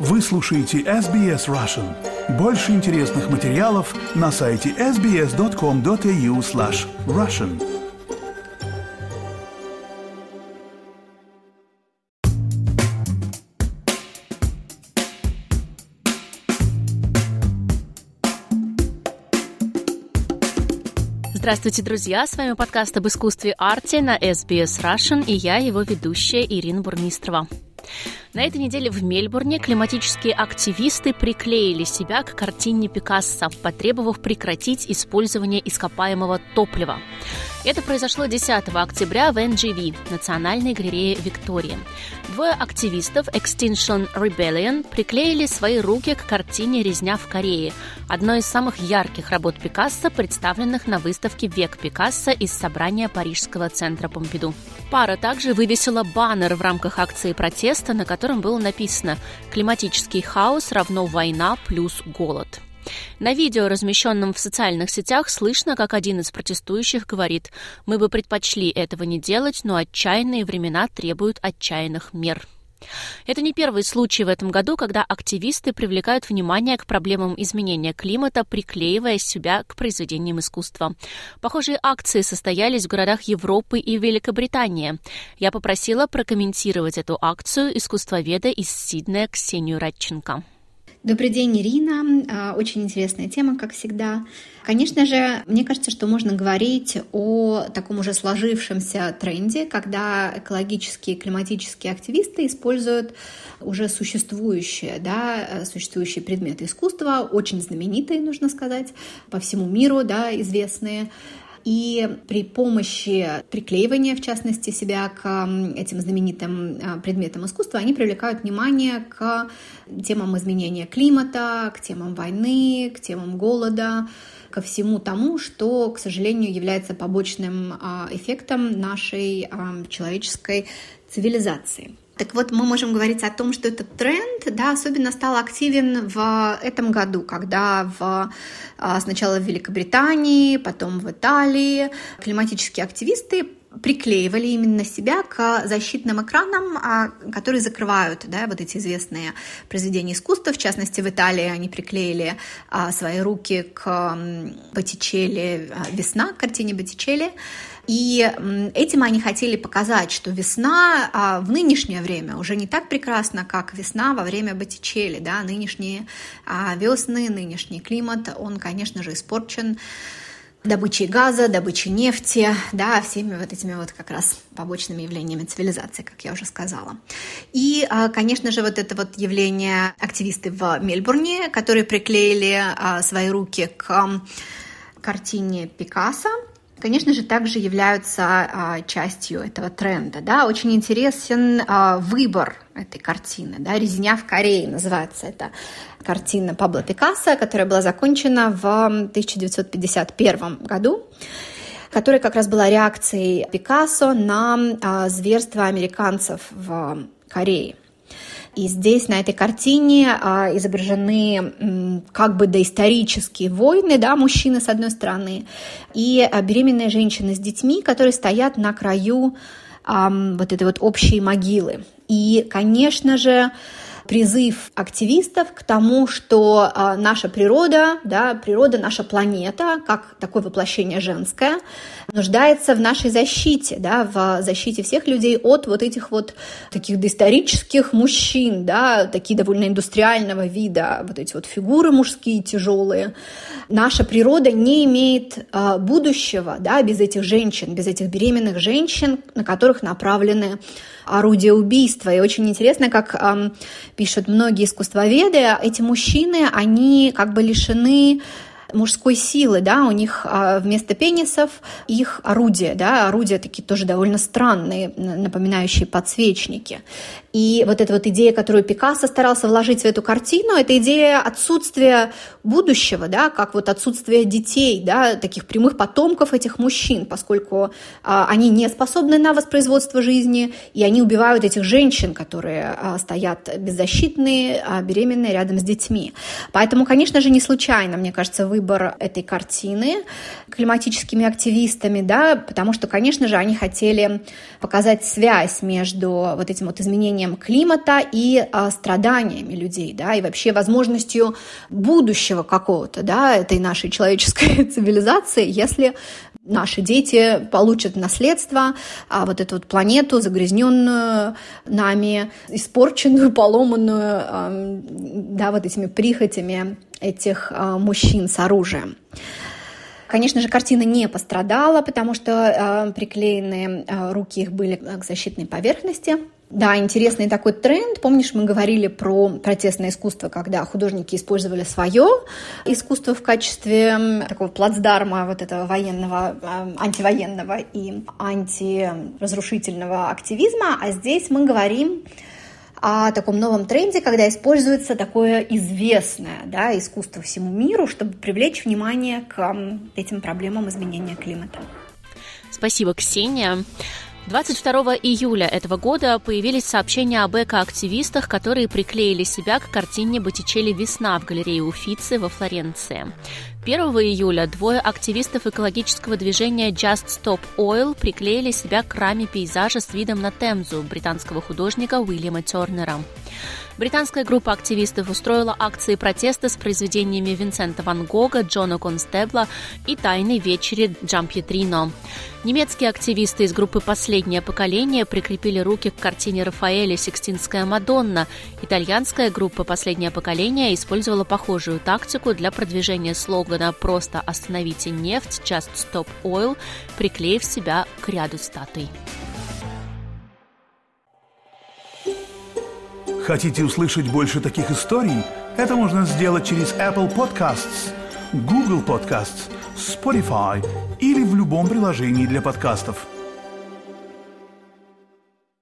Вы слушаете SBS Russian. Больше интересных материалов на сайте sbs.com.au/russian. Здравствуйте, друзья! С вами подкаст об искусстве арте на SBS Russian, и я, его ведущая Ирина Бурмистрова. На этой неделе в Мельбурне климатические активисты приклеили себя к картине Пикассо, потребовав прекратить использование ископаемого топлива. Это произошло 10 октября в NGV, Национальной галерее Виктории. Двое активистов Extinction Rebellion приклеили свои руки к картине «Резня в Корее», одной из самых ярких работ Пикассо, представленных на выставке «Век Пикассо» из собрания Парижского центра Помпиду. Пара также вывесила баннер в рамках акции протеста, на котором было написано «Климатический хаос равно война плюс голод». На видео, размещенном в социальных сетях, слышно, как один из протестующих говорит: «Мы бы предпочли этого не делать, но отчаянные времена требуют отчаянных мер». Это не первый случай в этом году, когда активисты привлекают внимание к проблемам изменения климата, приклеивая себя к произведениям искусства. Похожие акции состоялись в городах Европы и Великобритании. Я попросила прокомментировать эту акцию искусствоведа из Сиднея Ксению Радченко. Добрый день, Ирина. Очень интересная тема, как всегда. Конечно же, мне кажется, что можно говорить о таком уже сложившемся тренде, когда экологические и климатические активисты используют уже существующие предметы искусства, очень знаменитые, нужно сказать, по всему миру, известные. И при помощи приклеивания, в частности, себя к этим знаменитым предметам искусства, они привлекают внимание к темам изменения климата, к темам войны, к темам голода, ко всему тому, что, к сожалению, является побочным эффектом нашей человеческой цивилизации. Так вот, мы можем говорить о том, что этот тренд, особенно стал активен в этом году, когда сначала в Великобритании, потом в Италии климатические активисты приклеивали именно себя к защитным экранам, которые закрывают вот эти известные произведения искусства. В частности, в Италии они приклеили свои руки к Боттичелли «Весна», к картине Боттичелли. И этим они хотели показать, что весна в нынешнее время уже не так прекрасна, как весна во время Боттичелли. Нынешние весны, нынешний климат, он, конечно же, испорчен добычей газа, добычей нефти, всеми этими как раз побочными явлениями цивилизации, как я уже сказала. И, конечно же, это явление активисты в Мельбурне, которые приклеили свои руки к картине Пикассо, конечно же, также являются частью этого тренда. Очень интересен выбор этой картины. «Резня в Корее» называется эта картина Пабло Пикассо, которая была закончена в 1951 году, которая как раз была реакцией Пикассо на зверство американцев в Корее. И здесь, на этой картине, изображены как бы доисторические войны, мужчины с одной стороны, и беременные женщины с детьми, которые стоят на краю этой общей могилы. И, конечно же, призыв активистов к тому, что наша природа, природа, наша планета, как такое воплощение женское, нуждается в нашей защите, в защите всех людей от этих таких доисторических мужчин, такие довольно индустриального вида, эти фигуры мужские тяжелые. Наша природа не имеет будущего, без этих женщин, без этих беременных женщин, на которых направлены орудия убийства. И очень интересно, как пишут многие искусствоведы, эти мужчины, они как бы лишены мужской силы, у них вместо пенисов их орудия, орудия такие тоже довольно странные, напоминающие подсвечники. И эта идея, которую Пикассо старался вложить в эту картину, это идея отсутствия будущего, как отсутствие детей, таких прямых потомков этих мужчин, поскольку они не способны на воспроизводство жизни, и они убивают этих женщин, которые стоят беззащитные, беременные рядом с детьми. Поэтому, конечно же, не случайно, мне кажется, выбор этой картины климатическими активистами, потому что, конечно же, они хотели показать связь между этим изменением изменением климата и страданиями людей, да, и вообще возможностью будущего какого-то, да, этой нашей человеческой цивилизации, если наши дети получат наследство, вот эту вот планету, загрязненную нами, испорченную, поломанную, да, вот этими прихотями этих мужчин с оружием. Конечно же, картина не пострадала, потому что приклеены руки их были к защитной поверхности. Да, интересный такой тренд. Помнишь, мы говорили про протестное искусство, когда художники использовали свое искусство в качестве такого плацдарма вот этого военного, антивоенного и антиразрушительного активизма. А здесь мы говорим о таком новом тренде, когда используется такое известное, да, искусство всему миру, чтобы привлечь внимание к этим проблемам изменения климата. Спасибо, Ксения. 22 июля этого года появились сообщения об экоактивистах, которые приклеили себя к картине Боттичелли «Весна» в галерее Уффици во Флоренции. 1 июля двое активистов экологического движения Just Stop Oil приклеили себя к раме пейзажа с видом на Темзу британского художника Уильяма Тернера. Британская группа активистов устроила акции протеста с произведениями Винсента ван Гога, Джона Констебла и «Тайной вечери» Джампьетрино. Немецкие активисты из группы «Последнее поколение» прикрепили руки к картине Рафаэля «Сикстинская Мадонна». Итальянская группа «Последнее поколение» использовала похожую тактику для продвижения слогана «Просто остановите нефть» Just Stop Oil, приклеив себя к ряду статуй. Хотите услышать больше таких историй? Это можно сделать через Apple Podcasts, Google Podcasts, Spotify или в любом приложении для подкастов.